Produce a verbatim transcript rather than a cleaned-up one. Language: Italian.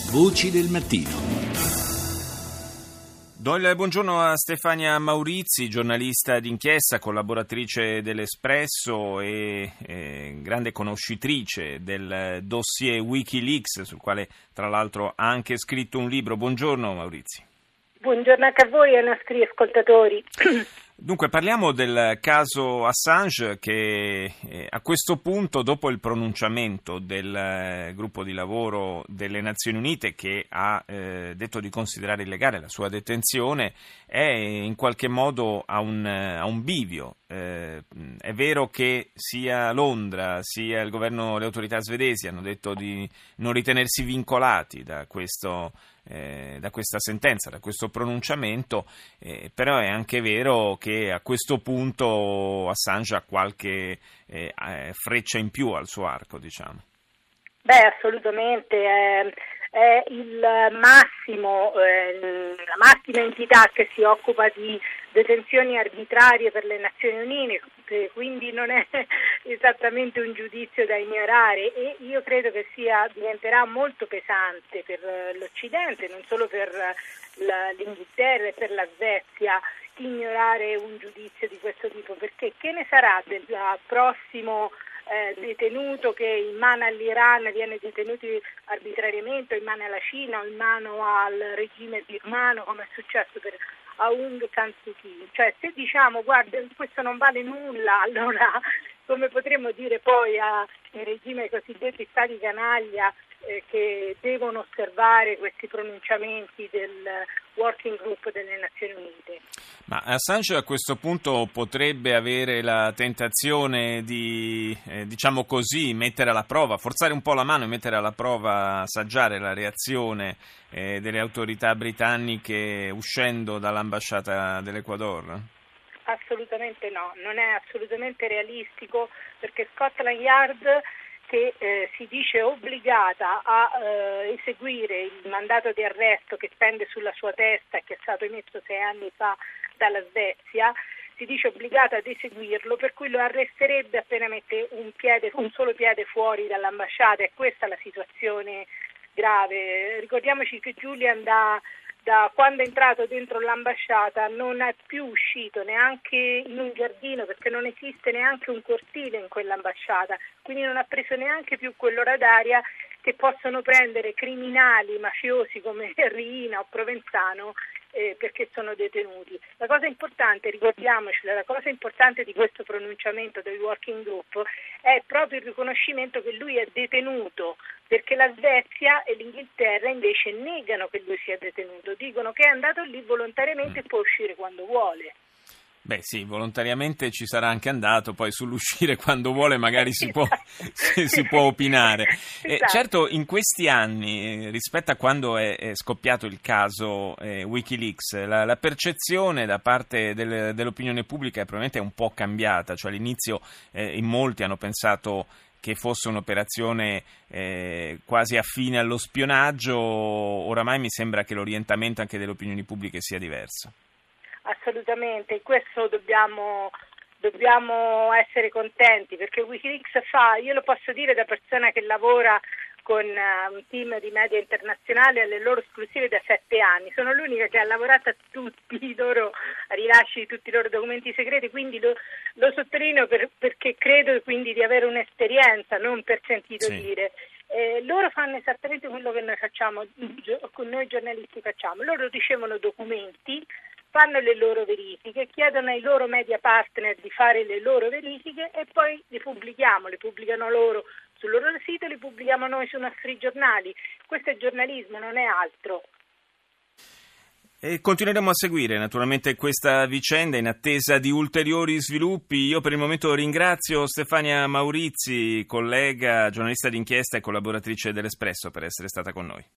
Voci del mattino. Do il buongiorno a Stefania Maurizi, giornalista d'inchiesta, collaboratrice dell'Espresso e eh, grande conoscitrice del dossier Wikileaks, sul quale tra l'altro ha anche scritto un libro. Buongiorno Maurizi. Buongiorno anche a voi e ai nostri ascoltatori. Dunque parliamo del caso Assange che eh, a questo punto, dopo il pronunciamento del eh, gruppo di lavoro delle Nazioni Unite che ha eh, detto di considerare illegale la sua detenzione, è in qualche modo a un, a un bivio. Eh, è vero che sia Londra sia il governo, le autorità svedesi hanno detto di non ritenersi vincolati da questo Eh, da questa sentenza, da questo pronunciamento, eh, però è anche vero che a questo punto Assange ha qualche eh, freccia in più al suo arco, diciamo. Beh, assolutamente, è, è il massimo, eh, la massima entità che si occupa di detenzioni arbitrarie per le Nazioni Unite, quindi non è esattamente un giudizio da ignorare e io credo che sia diventerà molto pesante per l'Occidente, non solo per la, l'Inghilterra e per la Svezia, ignorare un giudizio di questo tipo, perché che ne sarà del prossimo eh, detenuto che in mano all'Iran viene detenuto arbitrariamente, o in mano alla Cina o in mano al regime birmano, come è successo per Aung San Suu Kyi. Cioè, se diciamo guarda questo non vale nulla, allora come potremmo dire poi ai regimi, ai cosiddetti stati canaglia eh, che devono osservare questi pronunciamenti del Working Group delle Nazioni Unite? Ma Assange a questo punto potrebbe avere la tentazione di, eh, diciamo così, mettere alla prova, forzare un po' la mano e mettere alla prova, assaggiare la reazione eh, delle autorità britanniche uscendo dall'ambasciata dell'Ecuador? Assolutamente no, non è assolutamente realistico, perché Scotland Yard, che eh, si dice obbligata a eh, eseguire il mandato di arresto che pende sulla sua testa e che è stato emesso sei anni fa dalla Svezia, si dice obbligata ad eseguirlo, per cui lo arresterebbe appena mette un piede, un solo piede fuori dall'ambasciata, e questa è la situazione grave. Ricordiamoci che Julian da Da quando è entrato dentro l'ambasciata non è più uscito neanche in un giardino, perché non esiste neanche un cortile in quell'ambasciata, quindi non ha preso neanche più quell'ora d'aria che possono prendere criminali mafiosi come Riina o Provenzano eh, perché sono detenuti. La cosa importante, ricordiamocela, la cosa importante di questo pronunciamento del Working Group è proprio il riconoscimento che lui è detenuto, perché la Svezia e l'Inghilterra invece negano che lui sia detenuto, dicono che è andato lì volontariamente e può uscire quando vuole. Beh sì, volontariamente ci sarà anche andato, poi sull'uscire quando vuole magari si può, si, si può opinare. Esatto. Eh, certo, in questi anni, eh, rispetto a quando è, è scoppiato il caso eh, Wikileaks, la, la percezione da parte del, dell'opinione pubblica è probabilmente un po' cambiata, cioè all'inizio eh, in molti hanno pensato che fosse un'operazione eh, quasi affine allo spionaggio. Oramai mi sembra che l'orientamento anche delle opinioni pubbliche sia diverso. Assolutamente, questo dobbiamo, dobbiamo essere contenti, perché Wikileaks fa, io lo posso dire da persona che lavora con uh, un team di media internazionale alle loro esclusive da sette anni, sono l'unica che ha lavorato a tutti i loro rilasci di tutti i loro documenti segreti, quindi lo, lo sottolineo per, perché credo quindi di avere un'esperienza, non per sentito sì. dire. Eh, loro fanno esattamente quello che noi facciamo, con noi giornalisti facciamo, loro ricevono documenti, fanno le loro verifiche, chiedono ai loro media partner di fare le loro verifiche e poi le pubblichiamo, le pubblicano loro sul loro sito, le pubblichiamo noi sui nostri giornali. Questo è giornalismo, non è altro. E continueremo a seguire naturalmente questa vicenda in attesa di ulteriori sviluppi. Io per il momento ringrazio Stefania Maurizi, collega, giornalista d'inchiesta e collaboratrice dell'Espresso, per essere stata con noi.